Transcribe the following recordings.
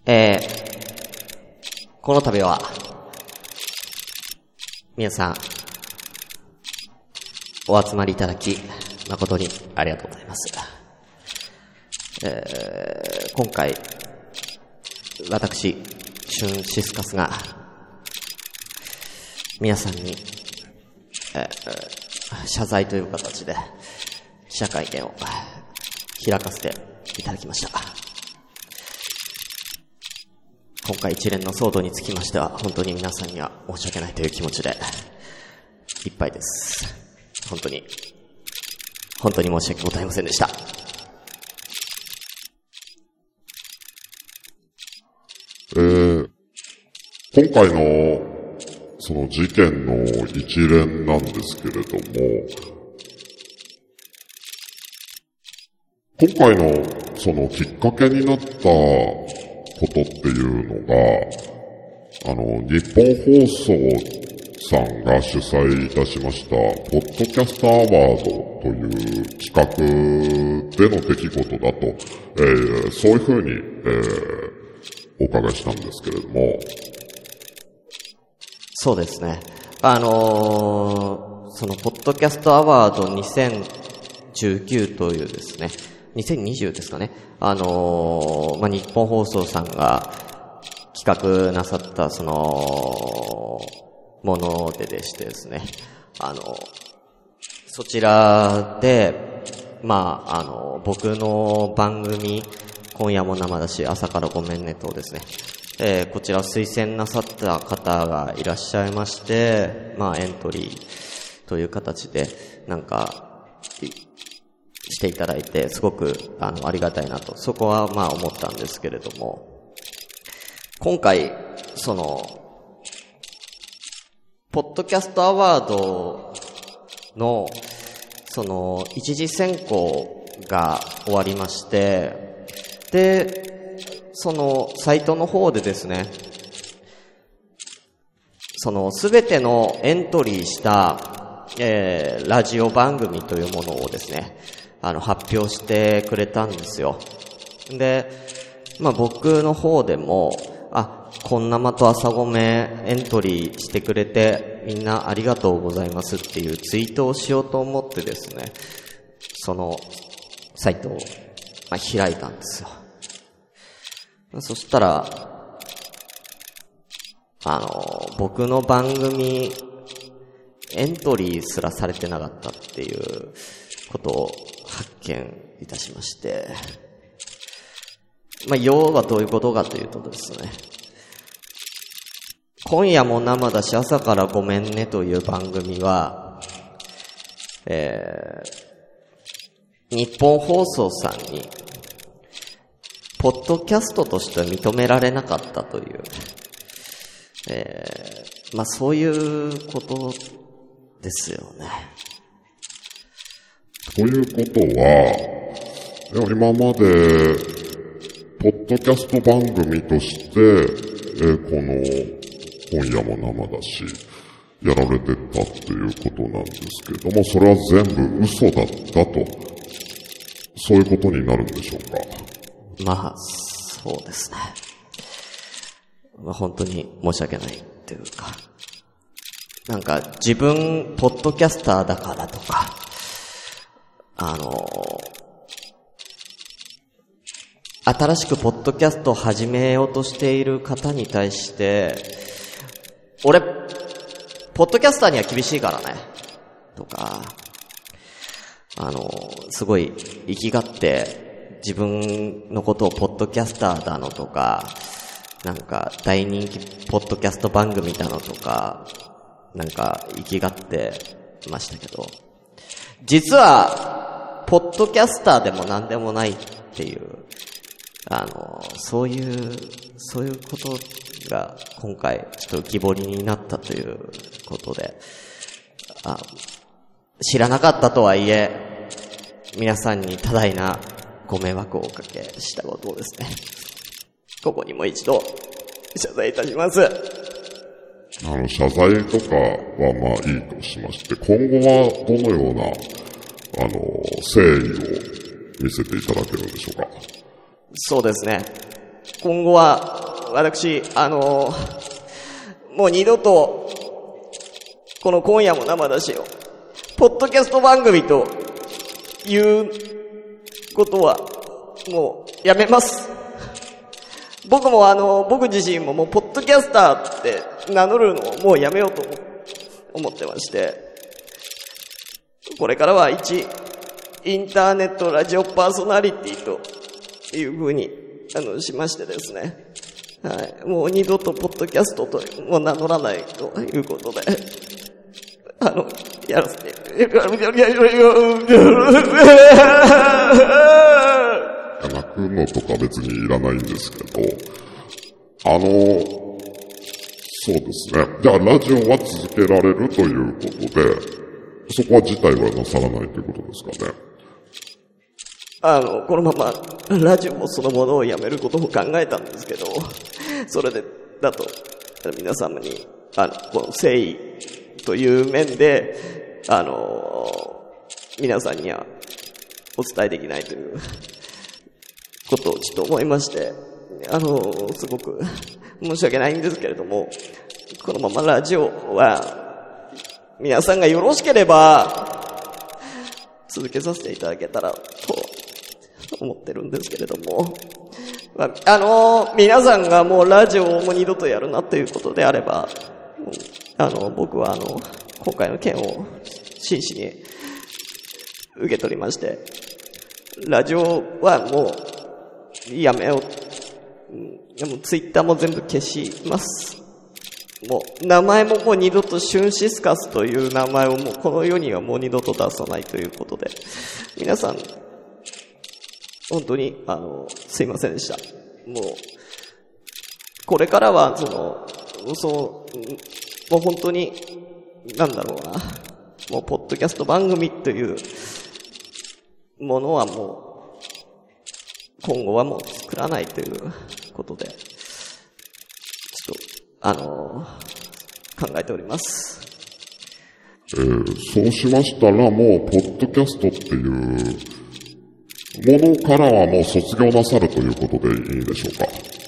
この度は、皆さん、お集まりいただき、誠にありがとうございます。今回、私、シュンシスカスが、皆さんに、謝罪という形で、記者会見を開かせていただきました。今回一連の騒動につきましては、本当に皆さんには申し訳ないという気持ちでいっぱいです。本当に申し訳ございませんでした。 今回のその事件の一連なんですけれども、今回のそのきっかけになったことっていうのが、日本放送さんが主催いたしました、ポッドキャストアワードという企画での出来事だと、そういうふうに、お伺いしたんですけれども。 そうですね。その、ポッドキャストアワード2019というですね、2020ですかね。日本放送さんが企画なさったそのものでしてですね、そちらで僕の番組今夜も生だし朝からごめんねとですね、こちらを推薦なさった方がいらっしゃいまして、エントリーという形でしていただいて、すごくありがたいなと、そこは思ったんですけれども、今回そのポッドキャストアワードのその一次選考が終わりまして、でそのサイトの方でですね、そのすべてのエントリーしたラジオ番組というものをですね、発表してくれたんですよ。で、僕の方でも、こんなまと朝ごめエントリーしてくれてみんなありがとうございますっていうツイートをしようと思ってですね、そのサイトを開いたんですよ。そしたら、僕の番組エントリーすらされてなかったっていうことを発見いたしまして、要はどういうことかというとですね、今夜も生だし朝からごめんねという番組は、日本放送さんにポッドキャストとして認められなかったという、そういうことですよね。 ということは、今までポッドキャスト番組として、この今夜も生だしやられてたっていうことなんですけども、それは全部嘘だったと、そういうことになるんでしょうか。 そうですね。本当に申し訳ないっていうか、自分ポッドキャスターだからとか、新しくポッドキャストを始めようとしている方に対して、俺ポッドキャスターには厳しいからねとか、すごい生きがって自分のことをポッドキャスターだのとか、大人気ポッドキャスト番組だのとか、生きがってましたけど、実はポッドキャスターでもなんでもないっていう、そういうことが今回ちょっと浮き彫りになったということで、知らなかったとはいえ皆さんに多大なご迷惑をおかけしたことをですね、ここにも一度謝罪いたします。 謝罪とかはいいとしまして、今後はどのような誠意を見せていただけるんでしょうか。 そうですね、今後は私、もう二度と、この今夜も生だしを、ポッドキャスト番組ということは、もうやめます。僕も僕自身ももうポッドキャスターって名乗るのをもうやめようと思ってまして、これからは一インターネットラジオパーソナリティという風にしましてですね、はい、もう二度とポッドキャストとも名乗らないということで、やらせて泣くのとか別にいらないんですけど、そうですね。じゃあラジオは続けられるということで、そこは辞退はなさらないということですかね。 このままラジオもそのものをやめることも考えたんですけど、それでだと皆様にこの誠意という面で皆さんにはお伝えできないということをちょっと思いまして、すごく申し訳ないんですけれども、このままラジオは皆さんがよろしければ続けさせていただけたらと思ってるんですけれども、皆さんがもうラジオをもう二度とやるなということであれば、僕は今回の件を真摯に受け取りまして、ラジオはもうやめよう。でもツイッターも全部消します。もう名前ももう二度とシュンシスカスという名前をもうこの世にはもう二度と出さないということで、皆さん本当にすいませんでした。もうこれからはもう本当にもうポッドキャスト番組というものはもう今後はもう作らないということで、ちょっと考えております。 そうしましたらもうポッドキャストっていうものからはもう卒業なさるということでいいでしょうか。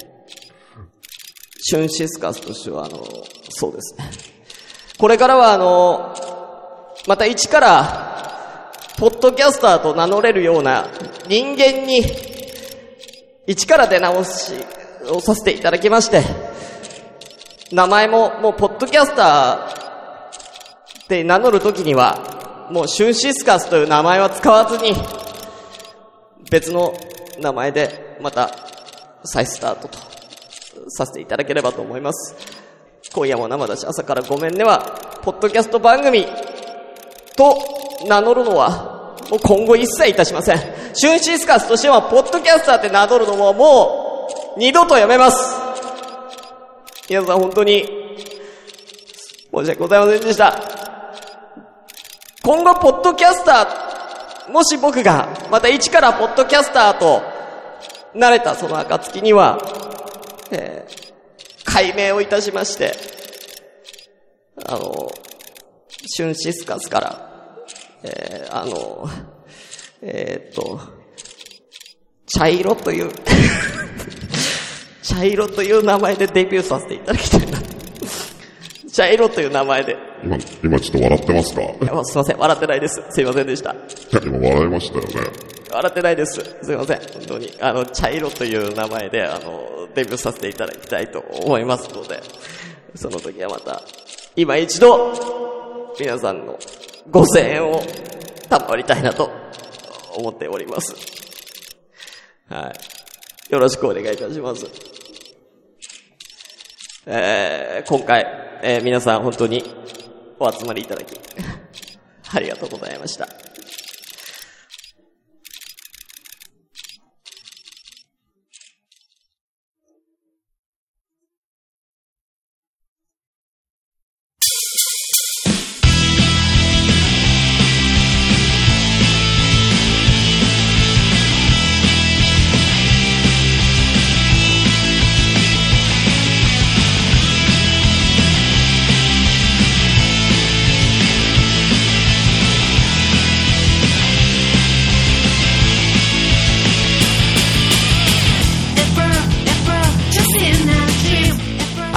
シュンシスカスとしてはそうですね。これからはまた一からポッドキャスターと名乗れるような人間に一から出直しをさせていただきまして、名前ももうポッドキャスターって名乗るときにはもうシュンシスカスという名前は使わずに別の名前でまた再スタートとさせていただければと思います。今夜も生だし朝からごめんねはポッドキャスト番組と名乗るのはもう今後一切いたしません。シュンシスカスとしてはポッドキャスターって名乗るのももう二度とやめます。皆さん本当に申し訳ございませんでした。今後ポッドキャスター、もし僕がまた一からポッドキャスターとなれたその暁には、改名をいたしまして、シュンシスカスから、茶色という茶色という名前でデビューさせていただきたいな。茶色という名前で。 今ちょっと笑ってますか？ すいません、笑ってないです。すいませんでした。 今笑いましたよね。 笑ってないです。すいません。本当に。茶色という名前で、デビューさせていただきたいと思いますので、その時はまた、今一度、皆さんのご声援を賜りたいなと思っております。はい。よろしくお願いいたします。今回、皆さん本当にお集まりいただき、ありがとうございました。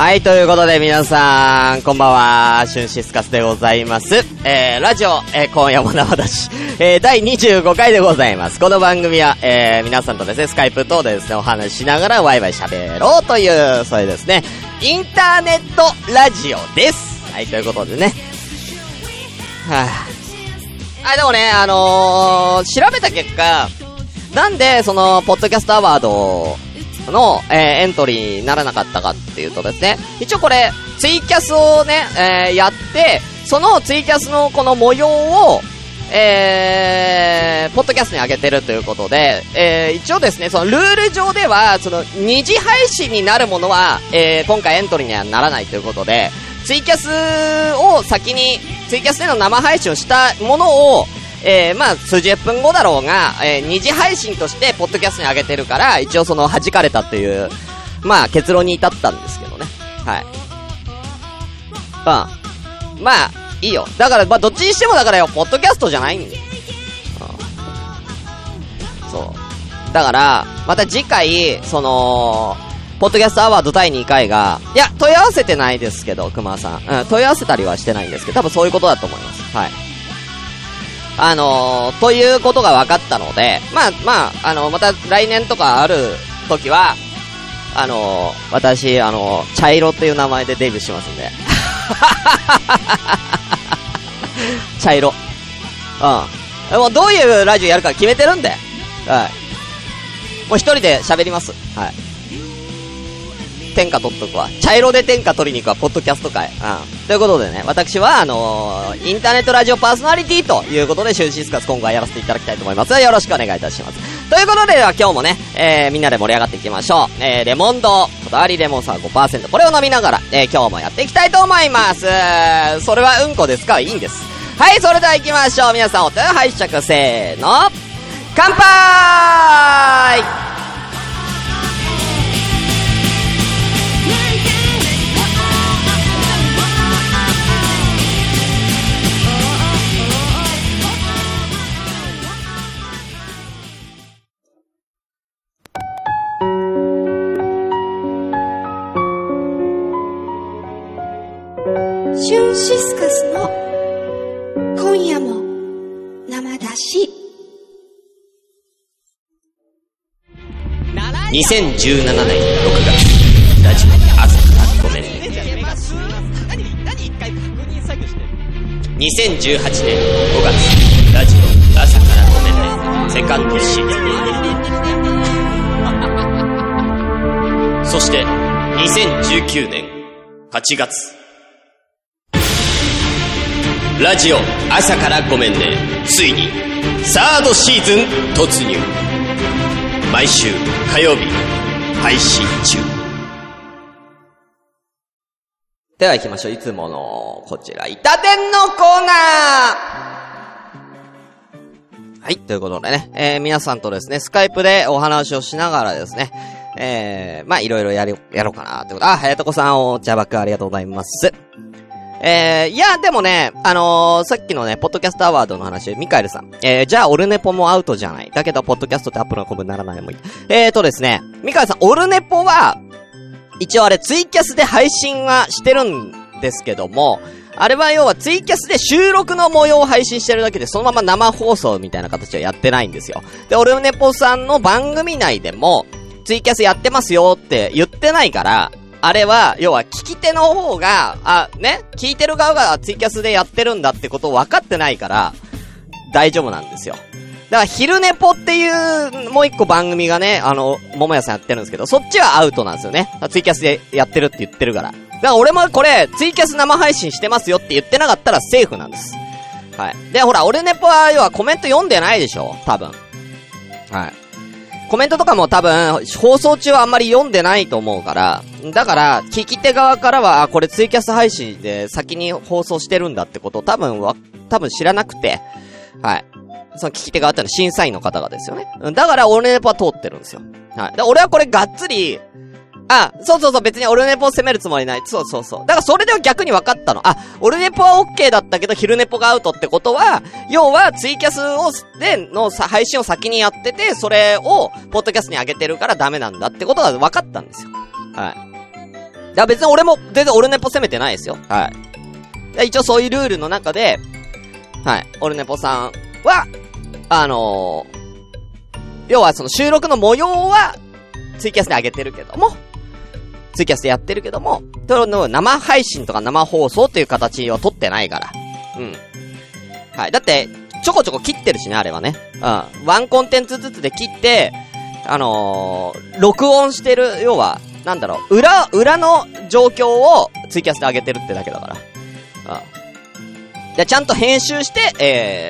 はい、ということで皆さん、こんばんは、シュンシスカスでございます。ラジオ、今夜も生出し、第25回でございます。この番組は、皆さんとですね、スカイプ等でですね、お話ししながらワイワイ喋ろうという、それですね、インターネットラジオです。はい、ということでね。でもね、調べた結果、なんで、その、ポッドキャストアワードの、エントリーにならなかったかっていうとですね、一応これ、ツイキャスをね、やって、そのツイキャスのこの模様を、ポッドキャストに上げてるということで、一応ですね、そのルール上では、その、二次配信になるものは、今回エントリーにはならないということで、ツイキャスを先に、ツイキャスでの生配信をしたものを、まあ、数十分後だろうが、二次配信として、ポッドキャストに上げてるから、一応その、弾かれたという、まあ、結論に至ったんですけどね。はい。まあ、いいよ。だから、まあ、どっちにしてもだからよ、ポッドキャストじゃないんだよ。そう。だから、また次回、その、ポッドキャストアワード第2回が、いや、問い合わせてないですけど、熊さん。問い合わせたりはしてないんですけど、多分そういうことだと思います。はい。ということが分かったので、また来年とかある時は、私、茶色っていう名前でデビューしますんで。茶色。もうどういうラジオやるか決めてるんで。はい。もう一人で喋ります。はい。天下取っとくわ。茶色で天下取りに行くわ、ポッドキャスト界。ということでね、私は、インターネットラジオパーソナリティということで、シュンシスカス今後はやらせていただきたいと思います。よろしくお願いいたします。ということで、今日もね、みんなで盛り上がっていきましょう。レモンド、こだわりレモンサワー 5%、これを飲みながら、今日もやっていきたいと思います。それはうんこですか？いいんです。はい、それでは行きましょう。皆さんお手を拝借、せーの。乾杯！ シュンシスカスの今夜も生出し。 2017年6月、ラジオ朝からごめんね。2018年5月、ラジオ朝からごめんね。セカンドシーズン。そして2019年8月、ラジオ朝からごめんね。ついにサードシーズン突入。毎週火曜日配信中。では行きましょう。いつものこちらイタ電のコーナー。はい、ということでね、皆さんとですねスカイプでお話をしながらですね、まあいろいろやろうかなってこと。はやとこさんお茶爆ありがとうございます。いや、でもね、さっきのね、ポッドキャストアワードの話で、ミカエルさん。じゃあ、オルネポもアウトじゃない。だけど、ポッドキャストってアップのコブにならないもいい。ですね、ミカエルさん、オルネポは、一応あれ、ツイキャスで配信はしてるんですけども、あれは要はツイキャスで収録の模様を配信してるだけで、そのまま生放送みたいな形はやってないんですよ。で、オルネポさんの番組内でも、ツイキャスやってますよって言ってないから、あれは、要は聞き手の方が、聞いてる側がツイキャスでやってるんだってことを分かってないから、大丈夫なんですよ。だから、昼ネポっていう、もう一個番組がね、桃屋さんやってるんですけど、そっちはアウトなんですよね。ツイキャスでやってるって言ってるから。だから俺もこれ、ツイキャス生配信してますよって言ってなかったらセーフなんです。はい。で、ほら、俺ネポは、要はコメント読んでないでしょ？多分。はい。コメントとかも多分、放送中はあんまり読んでないと思うから、だから、聞き手側からは、これツイキャス配信で先に放送してるんだってことを多分知らなくて、はい。その聞き手側ってのは審査員の方がですよね。だから、オルネポは通ってるんですよ。はい。で、俺はこれがっつり、そう別にオルネポを責めるつもりない。そう。だからそれでは逆に分かったの。オルネポは OK だったけど、昼ネポがアウトってことは、要はツイキャスの配信を先にやってて、それを、ポッドキャストに上げてるからダメなんだってことが分かったんですよ。はい。 ら別に俺も全然オルネポ攻めてないですよ。はい。一応そういうルールの中で、はい、オルネポさんは、要はその収録の模様は、ツイキャスで上げてるけども、ツイキャスでやってるけども、その生配信とか生放送っていう形を取ってないから。うん。はい。だって、ちょこちょこ切ってるしね、あれはね。うん。ワンコンテンツずつで切って、録音してる、要は、なんだろう、裏の状況をツイキャスで上げてるってだけだから。うん。で、ちゃんと編集して、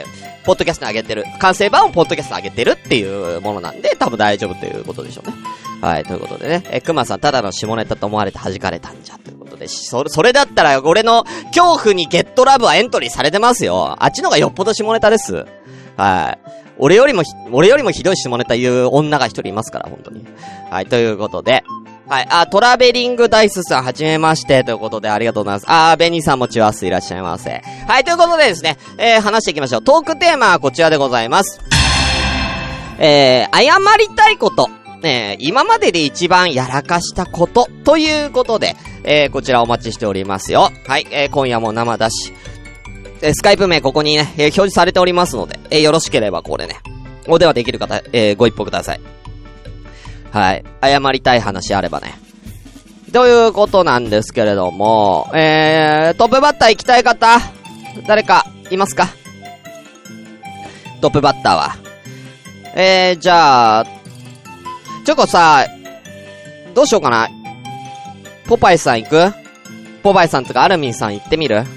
ポッドキャストに上げてる。完成版をポッドキャストに上げてるっていうものなんで、多分大丈夫ということでしょうね。はい、ということでね。熊さん、ただの下ネタと思われて弾かれたんじゃ、ということで。それだったら、俺の恐怖にゲットラブはエントリーされてますよ。あっちのがよっぽど下ネタです。はい。俺よりもひどい下ネタ言う女が一人いますから、本当に。はい、ということで。はい、トラベリングダイスさん、はじめまして、ということで、ありがとうございます。ベニーさんもチュアスいらっしゃいませ。はい、ということでですね、話していきましょう。トークテーマはこちらでございます。謝りたいこと。今までで一番やらかしたこと、ということで、こちらお待ちしておりますよ。はい、今夜も生だし、スカイプ名ここにね、表示されておりますので、よろしければこれね、お電話できる方、ご一報ください。はい。謝りたい話あればね。ということなんですけれども、トップバッター行きたい方、誰かいますか？トップバッターは。じゃあ、ちょこさ、どうしようかな。ポパイさん行く？ポパイさんとかアルミンさん行ってみる？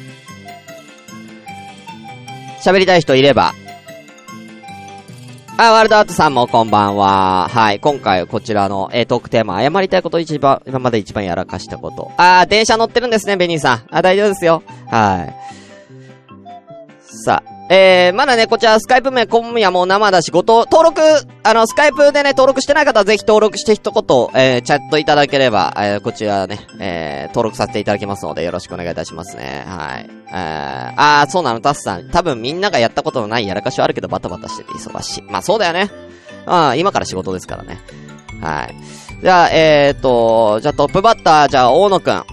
喋りたい人いれば。ワールドアートさんもこんばんは。はい。今回こちらの、トークテーマ、謝りたいこと今まで一番やらかしたこと。電車乗ってるんですね、ベニーさん。大丈夫ですよ。はい。さあ、まだね、こちらスカイプ名今夜も生だし、登録、スカイプでね、登録してない方はぜひ登録して一言、チャットいただければ、こちらね、登録させていただきますので、よろしくお願いいたしますね。はい。そうなの、タスさん。多分みんながやったことのないやらかしはあるけど、バタバタしてて忙しい。まあそうだよね。今から仕事ですからね。はい。じゃあ、じゃあトップバッター、じゃあ、大野くん。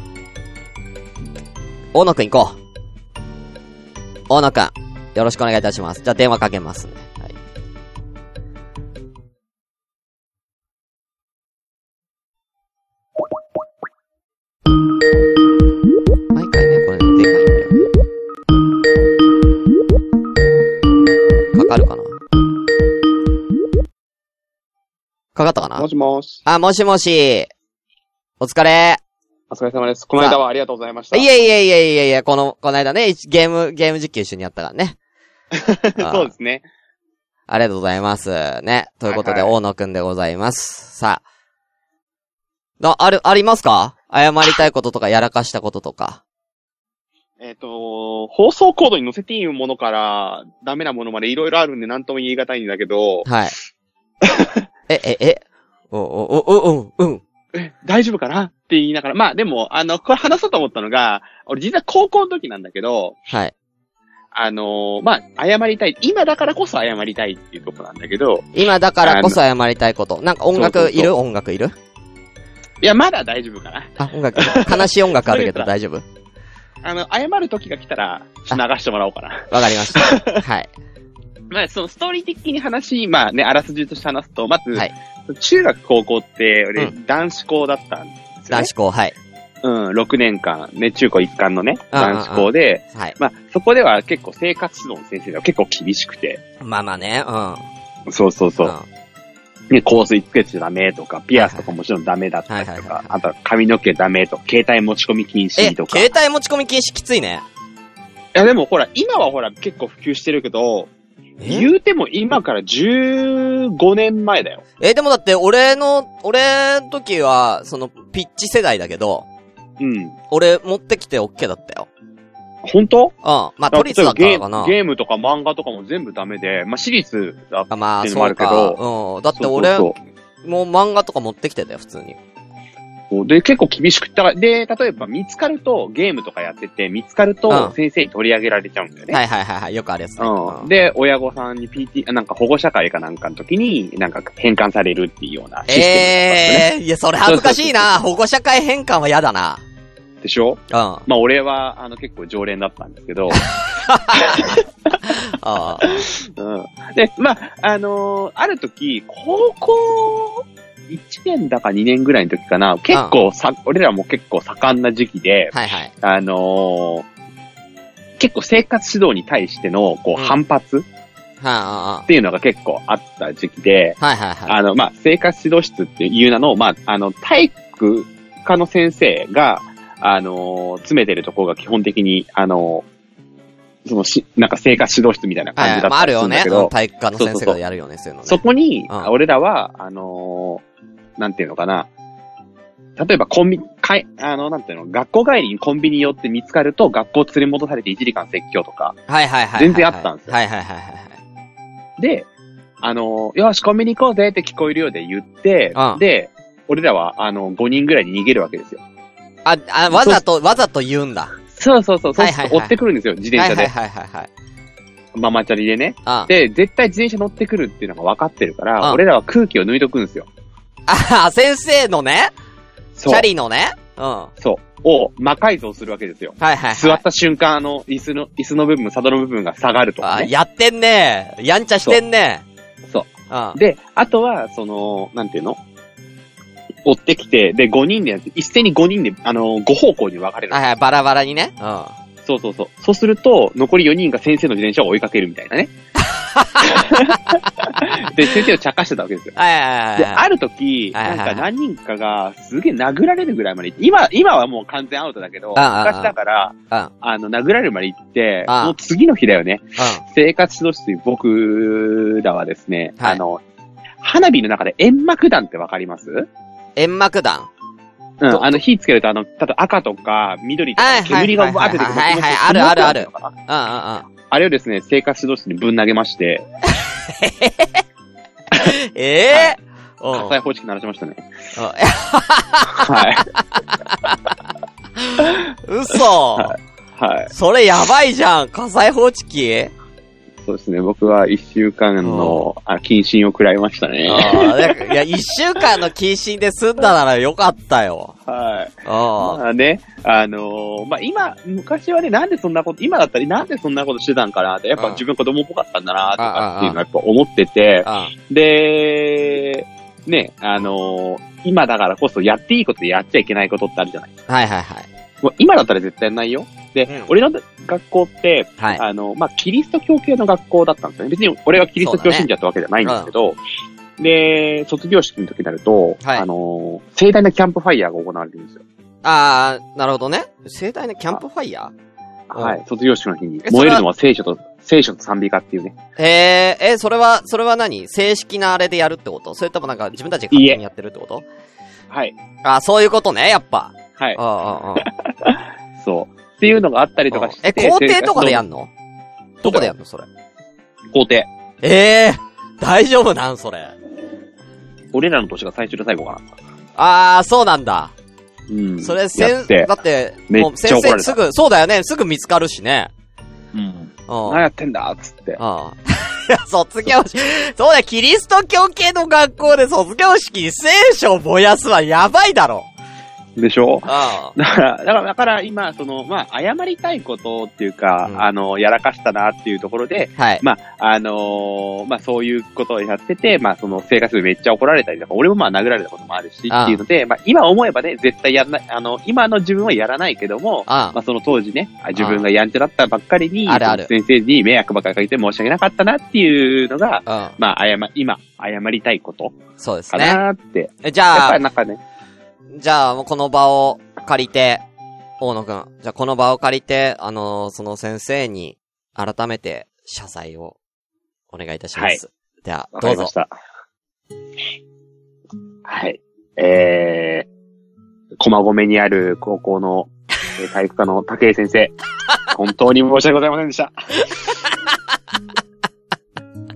大野くん行こう。大野くん。よろしくお願いいたします。じゃあ電話かけますね。はい。毎回ね、これでかいんだよ。かかるかな？かかったかな？ もしもし。 もしもし。お疲れ。 お疲れ様です。この間はありがとうございました。 いや、この間ね、ゲーム実況一緒にやったからね。 そうですね。 ありがとうございます。ね。ということで、大野くんでございます。さあ。ありますか？謝りたいこととか、やらかしたこととか。 放送コードに載せていいものから、ダメなものまでいろいろあるんで何とも言い難いんだけど。 はい。うん。 大丈夫かなって言いながら。まあでも、これ話そうと思ったのが、俺実は高校の時なんだけど。 はい。 まあ、謝りたい。今だからこそ謝りたいっていうとこなんだけど。 今だからこそ謝りたいこと。なんか音楽いる？音楽いる？ いや、まだ大丈夫かな。 音楽。悲しい音楽あるけど大丈夫？ 謝る時が来たら、流してもらおうかな。 わかりました。はい。 まあ、そのストーリー的にまあね、あらすじとして話すと、まず、 はい、 中学高校って、俺、男子校だったんですよね。 男子校、はい。 6年間、ね、中高一貫のね、男子校で、 はい。 まあ、そこでは結構生活指導の先生が結構厳しくて。 まあね、 そう。ね、香水つけちゃダメとか、ピアスとかもちろんダメだったりとか、あと髪の毛ダメとか、携帯持ち込み禁止とか。 携帯持ち込み禁止きついね。 いやでもほら、今はほら結構普及してるけど、言うても今から15年前だよ。 でもだって俺の時は、その、ピッチ世代だけど、俺持ってきて OK だったよ。 本当？ まあ都立だったのかな。 ゲームとか漫画とかも全部ダメで、まあ私立だっていうのもあるけど。 だって俺、もう漫画とか持ってきてたよ、普通に。 で、結構厳しくて、で、例えば見つかると、ゲームとかやってて、見つかると、先生に取り上げられちゃうんだよね。 はいはいはいはい。よくあるやつね。 で、親御さんに なんか保護者会かなんかの時に、なんか返還されるっていうようなシステム、ね。 いや、それ恥ずかしいな。保護者会返還は嫌だな。 でしょ？まあ、俺は、結構常連だったんですけど。で、まあ、ある時、高校1年だか2年ぐらいの時かな、結構俺らも結構盛んな時期で、 はいはい。 結構生活指導に対しての、反発っていうのが結構あった時期で、 はいはいはい。 まあ、生活指導室っていう名の、まあ、体育科の先生が、詰めてるところが基本的に、なんか生活指導室みたいな感じだったんですけど。 あるよね。体育科の先生がやるよね、そういうのね。 そこに、俺らは、なんていうのかな。例えばなんていうの、学校帰りにコンビニ寄って見つかると、学校連れ戻されて1時間説教とか。 はいはいはい。 全然あったんですよ。 はいはいはいはい。 で、よし、コンビニ行こうぜって聞こえるようで言って、で、俺らは、5人ぐらいに逃げるわけですよ。わざと言うんだ。そうそうそう。そうすると追ってくるんですよ、自転車で。はいはいはい。ママチャリでね。で、絶対自転車乗ってくるっていうのが分かってるから、俺らは空気を抜いとくんですよ。 先生のね。チャリのね。 そう。を魔改造するわけですよ。はいはい。座った瞬間、椅子の部分、サドルの部分が下がるとかね。 やってんね。やんちゃしてんね。 そう。で、あとは、なんていうの？追ってきて、で、5人でやって、一斉に5人で、5方向に分かれる。 はいはい、バラバラにね。 そうそうそう。そうすると、残り4人が先生の自転車を追いかけるみたいなね。で、先生を茶化してたわけですよ。はいはいはい。で、ある時、なんか何人かがすげえ殴られるぐらいまで行って、今はもう完全アウトだけど、昔だから、殴られるまで行って、もう次の日だよね。生活指導室に僕らはですね、花火の中で煙幕弾ってわかります？ 煙幕弾？ 火つけるとただ赤とか緑とか煙がわーって出てくる。 はいはい、あるあるある。 あれをですね、生活指導室にぶん投げまして。火災報知器鳴らしましたね。はい。 嘘。はい。それやばいじゃん、火災報知器？ そうですね、僕は1週間の謹慎を食らいましたね。 いや、1週間の謹慎で済んだならよかったよ。 はい。まあね、まあ昔はね、今だったらなんでそんなことしてたんかなって、やっぱ自分子供っぽかったんだなとかっていうのはやっぱ思ってて、で、ね、今だからこそやっていいことでやっちゃいけないことってあるじゃないですか。 はいはいはい。 もう今だったら絶対ないよ。で、俺の学校って、まあ、キリスト教系の学校だったんですよね。別に俺はキリスト教信者ってわけじゃないんですけど、で、卒業式の時になると、盛大なキャンプファイヤーが行われるんですよ。 なるほどね。盛大なキャンプファイヤー？ はい、卒業式の日に。燃えるのは聖書と賛美歌っていうね。それは何？正式なあれでやるってこと？それともなんか自分たちが勝手にやってるってこと？ はい。 そういうことね、やっぱ。 はい。そう。っていうのがあったりとかして。 校庭とかでやんの？どこでやんのそれ？ 校庭。 大丈夫なんそれ。 俺らの年が最初で最後かな。そうなんだ。 うん。 それだって、もう先生すぐ、そうだよね、すぐ見つかるしね。 うん。何やってんだっつって。 卒業式。そうだよ、キリスト教系の学校で卒業式に聖書を燃やすはやばいだろ。 でしょ？だから今、まあ、謝りたいことっていうか、やらかしたなっていうところで、まあ、まあ、そういうことをやってて、まあ、生活でめっちゃ怒られたりとか、俺もまあ、殴られたこともあるし、っていうので、まあ、今思えばね、絶対やらない、今の自分はやらないけども、まあ、その当時ね、自分がやんちゃだったばっかりに、先生に迷惑ばっかりかけて申し訳なかったなっていうのが、まあ、今、謝りたいこと。 そうですね。 かなーって。 じゃあ、 やっぱりなんかね、 じゃあ、もうこの場を借りて、大野くん。じゃあ、この場を借りて、その先生に、改めて、謝罪を、お願いいたします。では、どうぞ。わかりました。はい。駒込にある高校の、体育科の武井先生。本当に申し訳ございませんでした。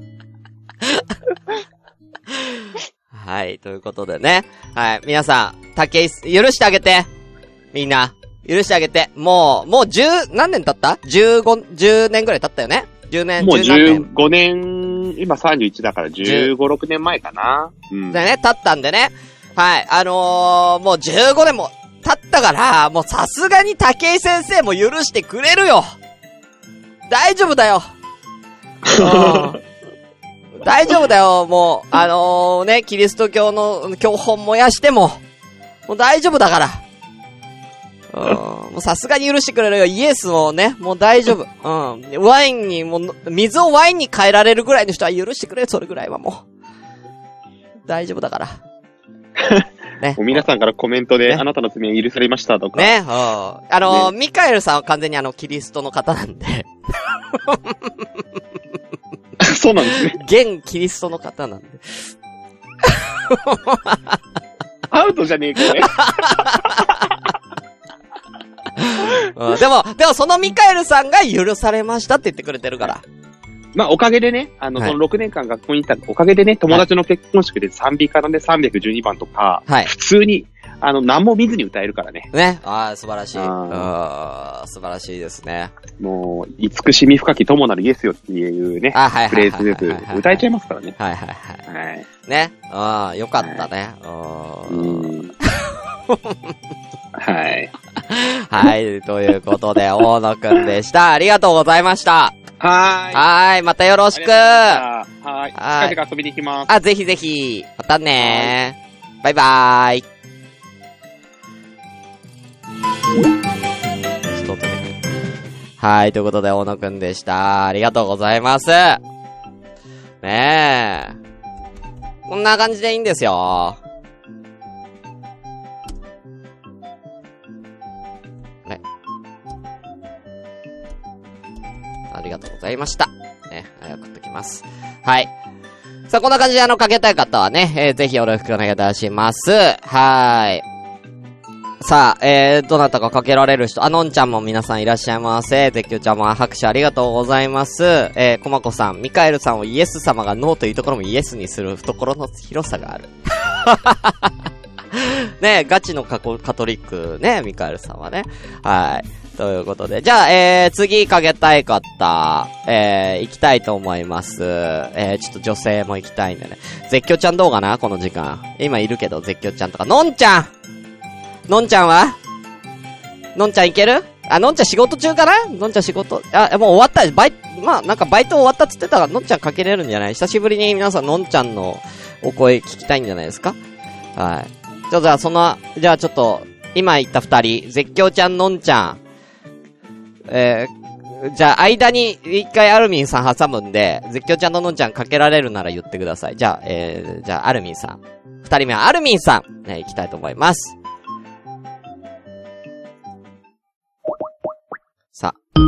はい、ということでね。はい、皆さん、 竹井、許してあげて。みんな。許してあげて。もう何年経った ?10 年ぐらい経ったよね ?10 年、 もう15年、今31だから15、6年前かな。 うん。だね、経ったんでね。はい。もう15年も経ったから、もうさすがに竹井先生も許してくれるよ。大丈夫だよ。大丈夫だよ。もう、ね、キリスト教の教本燃やしてもう大丈夫だから。もうさすがに許してくれるよ。イエスもね、もう大丈夫。ワインに、水をワインに変えられるぐらいの人は許してくれる。それぐらいはもう。大丈夫だから。 ね。もう皆さんからコメントで、ね、あなたの罪は許されましたとか。 ね。ね、ミカエルさんは完全にキリストの方なんで。 そうなんですね。 現キリストの方なんで。 アウトじゃねえかね。 でもそのミカエルさんが許されましたって言ってくれてるから。 まあ、おかげでね、その6年間学校に行ったおかげでね、友達の結婚式で賛美歌のね、312番とか、はい、普通に、何も見ずに歌えるからね。 ね。素晴らしい。素晴らしいですね。 もう、慈しみ深き友なるイエスよっていうね、フレーズで歌えちゃいますからね。 はい。ね。よかったね。 はい。 はい、ということで、大野くんでした。ありがとうございました。はい、またよろしく。 はい。近々遊びに行きます。 ぜひぜひ。またねー。バイバーイ。はい、ということで、大野くんでした。ありがとうございます。ねえ。こんな感じでいいんですよ。ね。ありがとうございました。ね、送っときます。はい。さあ、こんな感じでかけたい方はね、ぜひよろしくお願いいたします。はい。さあ、どなたかかけられる人、のんちゃんも皆さんいらっしゃいませ。絶叫ちゃんも拍手ありがとうございます。こまこさん、ミカエルさんをイエス様がノーというところもイエスにする懐の広さがある。ね、ガチのカトリックね、ミカエルさんはね。はい。ということで、じゃあ、次かけたい方、行きたいと思います。ちょっと女性も行きたいんでね。絶叫ちゃんどうかなこの時間。今いるけど、絶叫ちゃんとか。のんちゃんのんちゃんはのんちゃんいける？のんちゃん仕事中かな？のんちゃん仕事、もう終わった。なんかバイト終わったっつってたから、のんちゃんかけれるんじゃない？久しぶりに皆さんのんちゃんのお声聞きたいんじゃないですか？はい。じゃあじゃあちょっと、今言った二人、絶叫ちゃん、のんちゃん。じゃあ間に一回アルミンさん挟むんで、絶叫ちゃんとのんちゃんかけられるなら言ってください。じゃあアルミンさん。二人目はアルミンさん。行きたいと思います。さあ。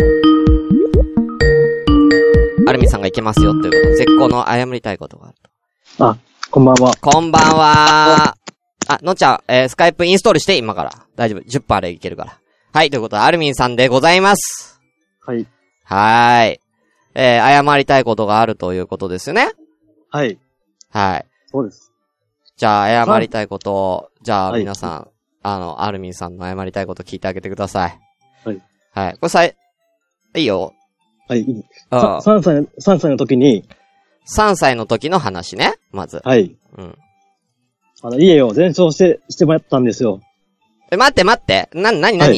アルミンさんがいけますよということで、絶好の謝りたいことがあると。 こんばんは。 こんばんは。のんちゃん、スカイプインストールして今から。大丈夫。10パーでいけるから。はい、ということで、アルミンさんでございます。 はい。 はい。謝りたいことがあるということですよね。 はい。 はい。 そうです。 じゃあ、謝りたいことを、じゃあ、皆さん、アルミンさんの謝りたいこと聞いてあげてください。 はい。 はい。これいいよ。 はい、いい。3歳の時に。 3歳の時の話ね、まず。 はい。 うん。 家を全焼してもらったんですよ。 待って。はい、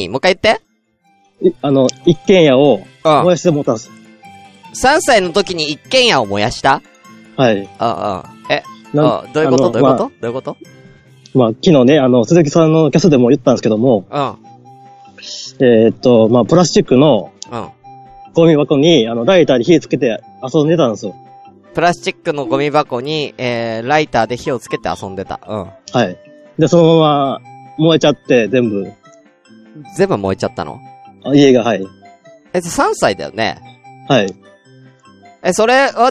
もう一回言って。 一軒家を燃やしてもらったんです。 3歳の時に一軒家を燃やした？ はい。 どういうことどういうこと？ 昨日ね、鈴木さんのキャスでも言ったんですけども、プラスチックの、ゴミ箱に、ライターで火つけて遊んでたんですよ。 プラスチックのゴミ箱に、ライターで火をつけて遊んでた。 はい。で、そのまま燃えちゃって、全部燃えちゃったの？ 家が、はい。 3歳だよね。 はい。 それは、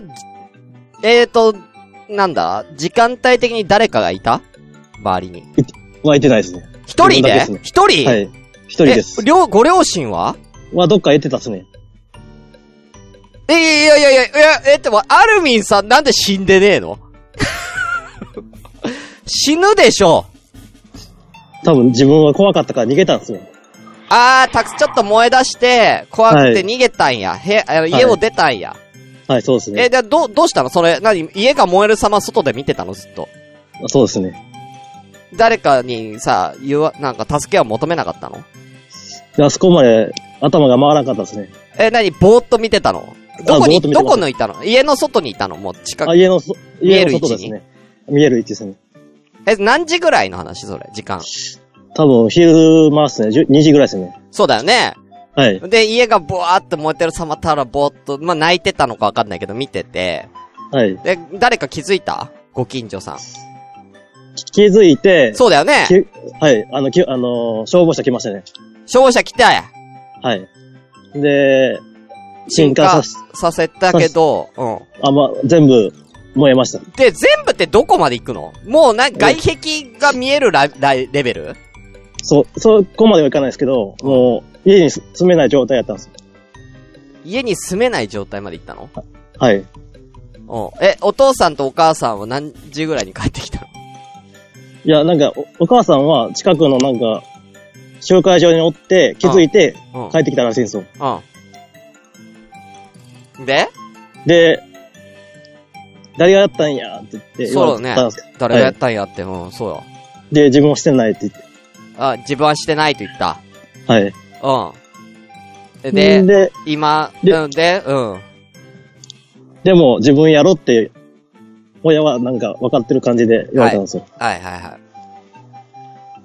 なんだ？時間帯的に誰かがいた？周りに。 いてないですね。 一人で？一人？ はい。一人です。 ご両親は？ どっか行ってたっすね。 いや、でも、アルミンさんなんで死んでねえの？死ぬでしょ。 多分自分は怖かったから逃げたんですよ。 ちょっと燃え出して、怖くて逃げたんや。家を出たんや。 はい、そうですね。 じゃあどうしたのそれ、家が燃える様外で見てたのずっと。 そうですね。 誰かにさ、なんか助けを求めなかったの？ あそこまで頭が回らなかったですね。 ぼーっと見てたの？どこにいたの？家の外にいたの？もう近く。 家の外ですね。見える位置ですね。 何時ぐらいの話それ？時間。 多分、昼回すね。2時ぐらいですね。 そうだよね。 はい。 で、家がボワーって燃えてる様たらぼーっと、泣いてたのかわかんないけど見てて。 はい。 で、誰か気づいた？ご近所さん。 気づいて。 そうだよね。 はい。消防車来ましたね。 消防車来たや。 はい。で、 鎮火させたけど、 全部燃えました。 で、全部ってどこまで行くの？もう外壁が見えるレベル？ そこまではいかないですけど、もう、家に住めない状態やったんです。 家に住めない状態まで行ったの？ はい。 お父さんとお母さんは何時ぐらいに帰ってきたの？ いや、なんか、お母さんは近くのなんか、集会場におって気づいて帰ってきたらしいんですよ。 で、 誰がやったんやって言って言われたんですけど。そうね。 誰がやったんやって、そうよ。 で、自分はしてないって言って。 自分はしてないと言った。 はい。 で、今、 でも自分やろって、親はなんか分かってる感じで言われたんですよ。 はいはいはい。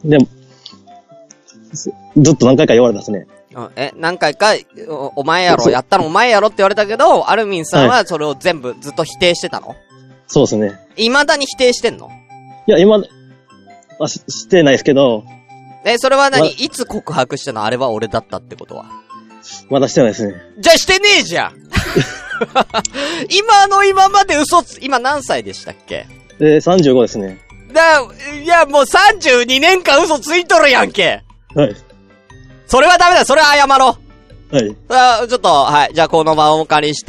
でも、ずっと何回か言われたんですね。 何回か、お前やろ、やったのお前やろって言われたけど、アルミンさんはそれを全部ずっと否定してたの？ そうですね。 未だに否定してんの？ いや、してないですけど。 それはいつ告白したの？あれは俺だったってことは。 まだしてないですね。 じゃあしてねえじゃん今まで今何歳でしたっけ ？35ですね。 いや、もう32年間嘘ついとるやんけ。 はい。 それはダメだ、それは謝ろう。はい。 ちょっと、はい。じゃあこの場をお借りして、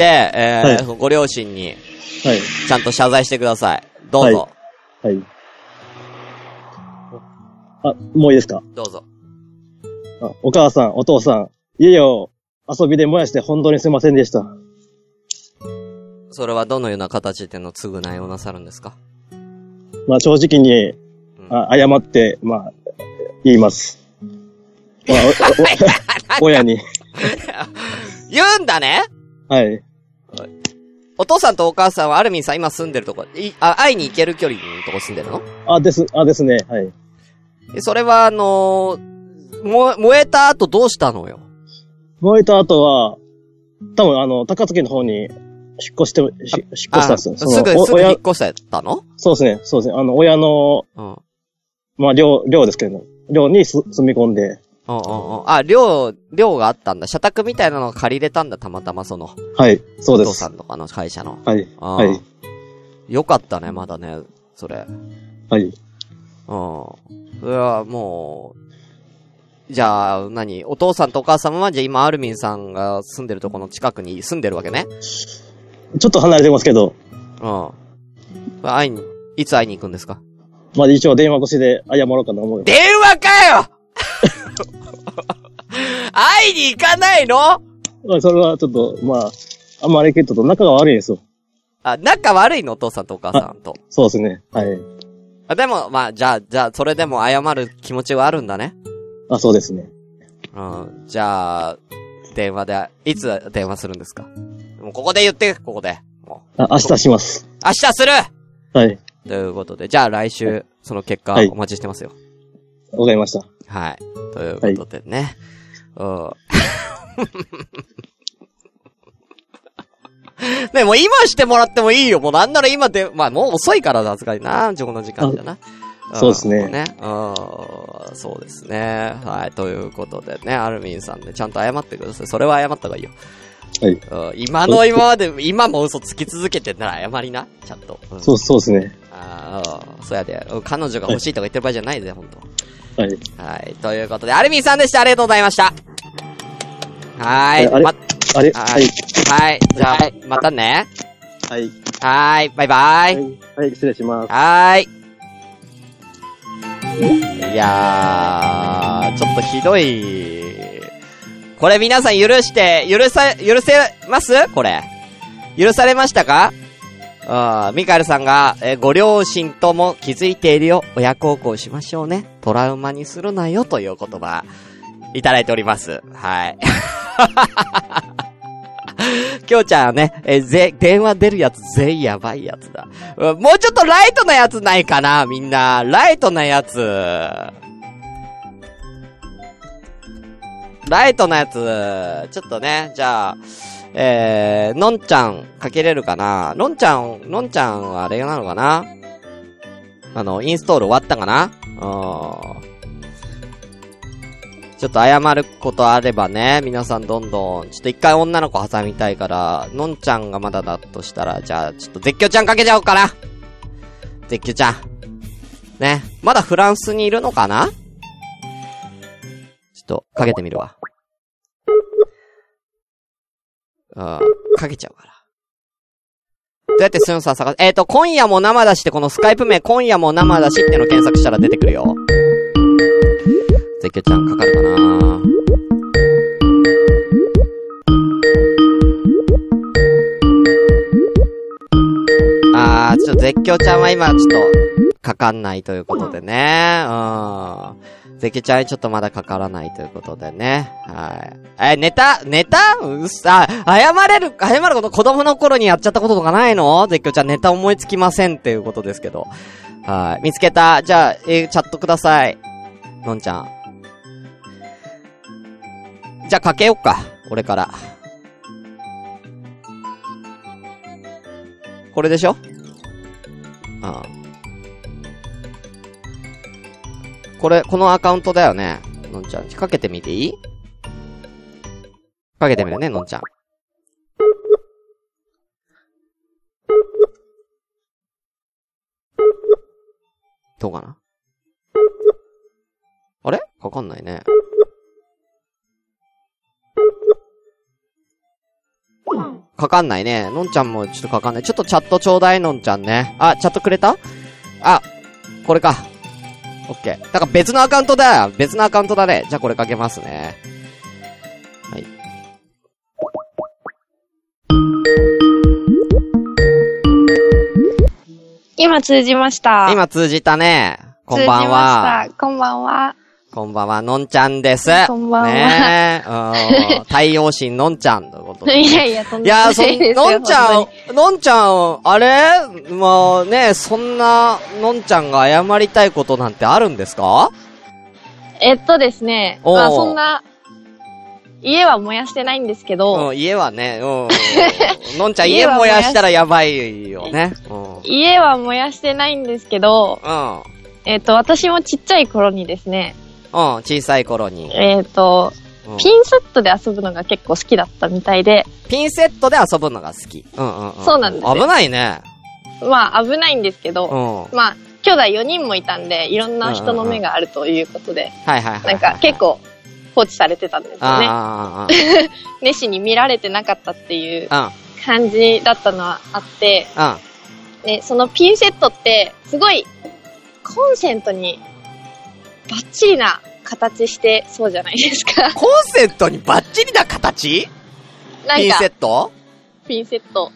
ご両親に、はい。ちゃんと謝罪してください。どうぞ。 はい。もういいですか？ どうぞ。 お母さん、お父さん、家を遊びで燃やして本当にすいませんでした。 それはどのような形での償いをなさるんですか？ 正直に、謝って、言います。親に。 言うんだね？ はい。 お父さんとお母さんはアルミンさん今住んでるとこ、会いに行ける距離のとこ住んでるの？ ですね、はい。 それは燃えた後どうしたのよ？ 燃えた後は、多分高槻の方に引っ越したんですよ。 すぐ引っ越したの？ そうですね、そうですね。親の、寮ですけど、寮に住み込んで。 寮があったんだ。社宅みたいなのを借りれたんだ、たまたまはい、そうです。 お父さんとかの会社の。 はい、はい。 よかったね、まだね、それ。 はい。 それはもう、じゃあ、お父さんとお母さんは、じゃあ今アルミンさんが住んでるとこの近くに住んでるわけね。 ちょっと離れてますけど。 いつ会いに行くんですか？ 一応電話越しで謝ろうかな思う。 電話かよ会いに行かないの？ それはちょっと、あんまりちょっと仲が悪いんですよ。 仲悪いの？お父さんとお母さんと。 そうですね。はい。 でも、じゃあ、それでも謝る気持ちはあるんだね。 そうですね。 じゃあ、電話で、いつ電話するんですか？もうここで言って、ここで。 明日します。 明日する！ はい。 ということで、じゃあ来週、その結果、お待ちしてますよ。 わかりました。 はい。ということでね。ね、もう今してもらってもいいよ。もうなんなら今で、もう遅いからさすがにな。この時間じゃな。 そうですね。 そうですね。はい。ということでね、アルミンさんでちゃんと謝ってください。それは謝った方がいいよ。 はい。 今まで、今も嘘つき続けてんなら謝りな。ちゃんと。 そうですね。 そうやで。彼女が欲しいとか言ってる場合じゃないで、ほんと。 はい。 はい。ということで、アルミンさんでした。ありがとうございました。はい。はい。じゃあ、またね。 はい。 はい。バイバイ。 はい。失礼します。 はい。 いやー、ちょっとひどい。これ皆さん許せますこれ。許されましたか？ミカエルさんが、ご両親とも気づいているよ。親孝行しましょうね。トラウマにするなよという言葉、いただいております。はい。きょうちゃんはね、電話出るやつ全員やばいやつだ。もうちょっとライトなやつないかなみんな。ライトなやつ。ライトなやつ。ちょっとね、じゃあ、のんちゃん、かけれるかな？のんちゃんはあれなのかな？インストール終わったかな？ちょっと謝ることあればね、皆さんどんどん、ちょっと一回女の子挟みたいから、のんちゃんがまだだとしたら、じゃあ、ちょっと絶叫ちゃんかけちゃおうかな。絶叫ちゃん。ね。まだフランスにいるのかな？ちょっと、かけてみるわ。かけちゃうから。どうやってスンさん探す？今夜も生だしってこのスカイプ名、今夜も生だしっての検索したら出てくるよ。絶叫ちゃんかかるかな？ちょっと絶叫ちゃんは今ちょっとかかんないということでね。絶叫ちゃんにちょっとまだかからないということでね。はい。ネタ謝ること子供の頃にやっちゃったこととかないの？絶叫ちゃんネタ思いつきませんっていうことですけど。はい。見つけた。じゃあ、チャットください。のんちゃん。じゃあかけよっか。俺から。これでしょ？このアカウントだよね。のんちゃん。かけてみていい？かけてみるね、のんちゃん。どうかな？あれ？かかんないね。かかんないね。のんちゃんもちょっとかかんない。ちょっとチャットちょうだい、のんちゃんね。チャットくれた？これか。オッケー。だから別のアカウントだよ。別のアカウントだね。じゃあこれかけますね。はい。 今通じました。 今通じたね。こんばんは。 通じました。こんばんは。 こんばんは、のんちゃんです。 こんばんは。 ね太陽神のんちゃんということで。 いや、とんでもないですよ。 のんちゃん、あれ？まあね、そんな、のんちゃんが謝りたいことなんてあるんですか？ ですね。まあそんな、家は燃やしてないんですけど。 家はね、のんちゃん家燃やしたらやばいよね。 家は燃やしてないんですけど、私もちっちゃい頃にですね、 小さい頃に。 ピンセットで遊ぶのが結構好きだったみたいで。 ピンセットで遊ぶのが好き。 そうなんですよ。 危ないね。 まあ危ないんですけど、まあ兄弟4人もいたんで、いろんな人の目があるということで、なんか結構放置されてたんですよね。熱心に見られてなかったっていう感じだったのはあって、でそのピンセットってすごいコンセントにバッチリな形してそうじゃないですか。 コンセントにバッチリな形？ピンセット？ ピンセット。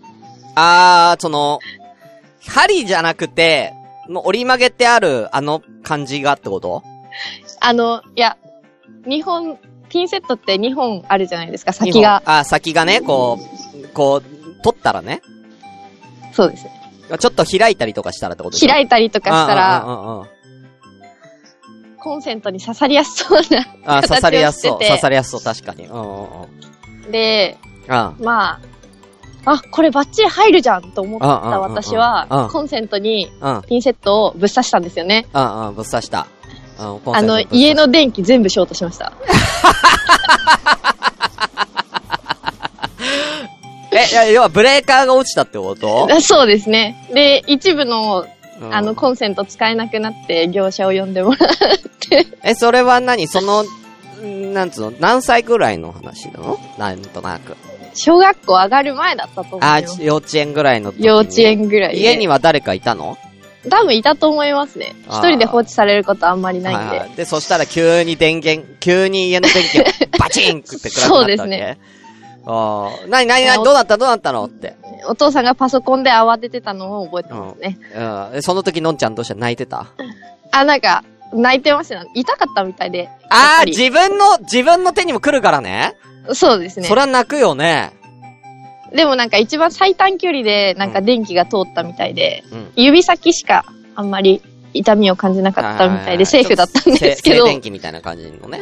針じゃなくて、折り曲げてある感じがってこと？ いや、ピンセットって2本あるじゃないですか、先が。 先がね、こう、取ったらね。 そうですね。 ちょっと開いたりとかしたらってことでしょ？ 開いたりとかしたら、コンセントに刺さりやすそうな形をしてて。刺さりやすそう、確かに。で、まあ、これバッチリ入るじゃんと思った私は、コンセントにピンセットをぶっ刺したんですよね。 ぶっ刺した。 家の電気全部ショートしました。 要はブレーカーが落ちたってこと？ そうですね。で、一部の、コンセント使えなくなって業者を呼んでもらって。 それは何何歳ぐらいの話なの？なんとなく。 小学校上がる前だったと思うよ。 幼稚園ぐらいの時に。 幼稚園ぐらい。 家には誰かいたの？ 多分いたと思いますね。一人で放置されることあんまりないんで。 で、そしたら急に家の電気をバチンって暗くなったわけ。 そうですね。 なにどうなったのって。 お父さんがパソコンで慌ててたのを覚えてますね。 その時のんちゃんどうした泣いてた？ なんか、泣いてました。痛かったみたいで。 自分の手にも来るからね。 そうですね。 そりゃ泣くよね。 でもなんか一番最短距離でなんか電気が通ったみたいで、指先しかあんまり痛みを感じなかったみたいでセーフだったんですけど。 静電気みたいな感じのね。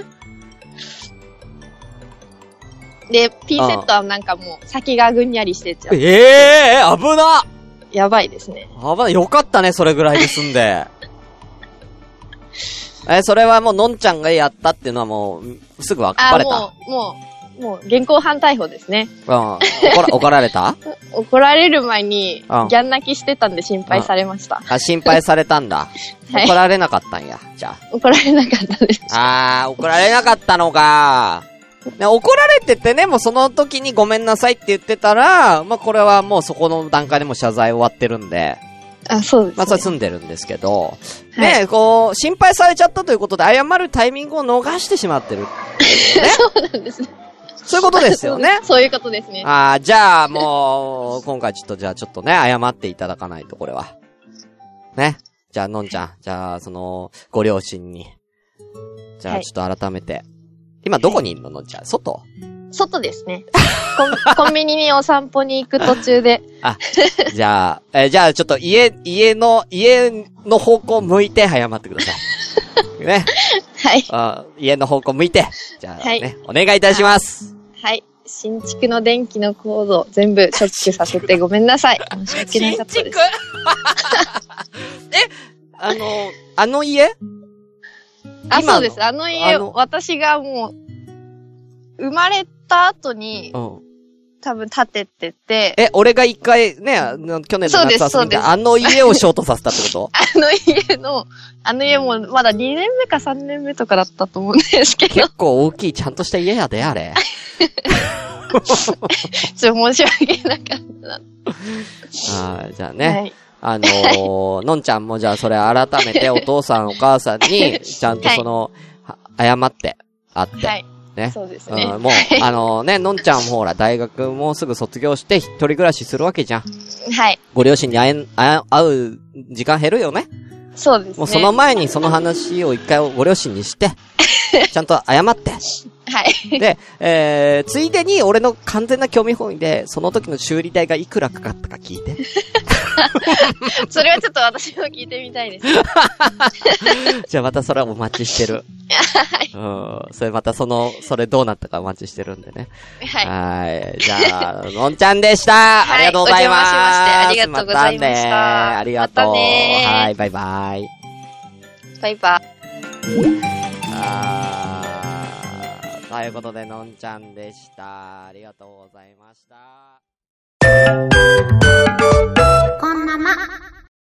で、P セットはなんかもう先がぐんやりしてちゃう。 危な！ やばいですね。 よかったね、それぐらいで済んで。それはもうのんちゃんがやったっていうのはもう、すぐバレた？ もう、現行犯逮捕ですね。 怒られた？ 怒られる前に、ギャン泣きしてたんで心配されました。 心配されたんだ。はい、怒られなかったんや、じゃあ。 怒られなかったです。 怒られなかったのか。怒られててね、もうその時にごめんなさいって言ってたら、まあ、これはもうそこの段階でも謝罪終わってるんで。 そうですね。 まあ、それ済んでるんですけど、ね、心配されちゃったということで謝るタイミングを逃してしまってる、ね。 そうなんですね。 そういうことですよね。 そういうことですね。 じゃあもう、今回ちょっとね、謝っていただかないと、これは。ね。じゃあ、のんちゃん、ご両親に。じゃあ、ちょっと改めて。今どこにいるの、のんちゃん？外ですね。コンビニにお散歩に行く途中で。 じゃあちょっと家の方向向いて謝ってください。ね。 はい。 家の方向向いて。じゃあね、お願いいたします。 はい。新築の電気のコード全部チェックさせてごめんなさい。申し訳なかったです。 あの家？ そうです。あの家、私がもう、生まれた後に、多分建ててて。 俺が一回ね、去年の夏休みであの家をショートさせたってこと？ あの家もまだ2年目か3年目とかだったと思うんですけど。 結構大きい、ちゃんとした家やで、あれ。 申し訳なかったな。 じゃあね。のんちゃんもじゃあそれ改めてお父さんお母さんに、ちゃんと謝って会って。ね。 そうですね。 もう、のんちゃんもほら、大学もうすぐ卒業して一人暮らしするわけじゃん。 はい。 ご両親に会う時間減るよね。 そうですね。 もうその前にその話を一回ご両親にして、ちゃんと謝って。 はい。 で、ついでに俺の完全な興味本位で、その時の修理代がいくらかかったか聞いて。 それはちょっと私も聞いてみたいです。 じゃあまたそれはお待ちしてる。はい。それまたそれどうなったかお待ちしてるんでね。 はい。 はい。じゃあ、のんちゃんでした。ありがとうございます。 ありがとうございました。 ありがとう。 またね。 はい、バイバイ。 バイバイ。 ということで、のんちゃんでした。ありがとうございました。 こんなま。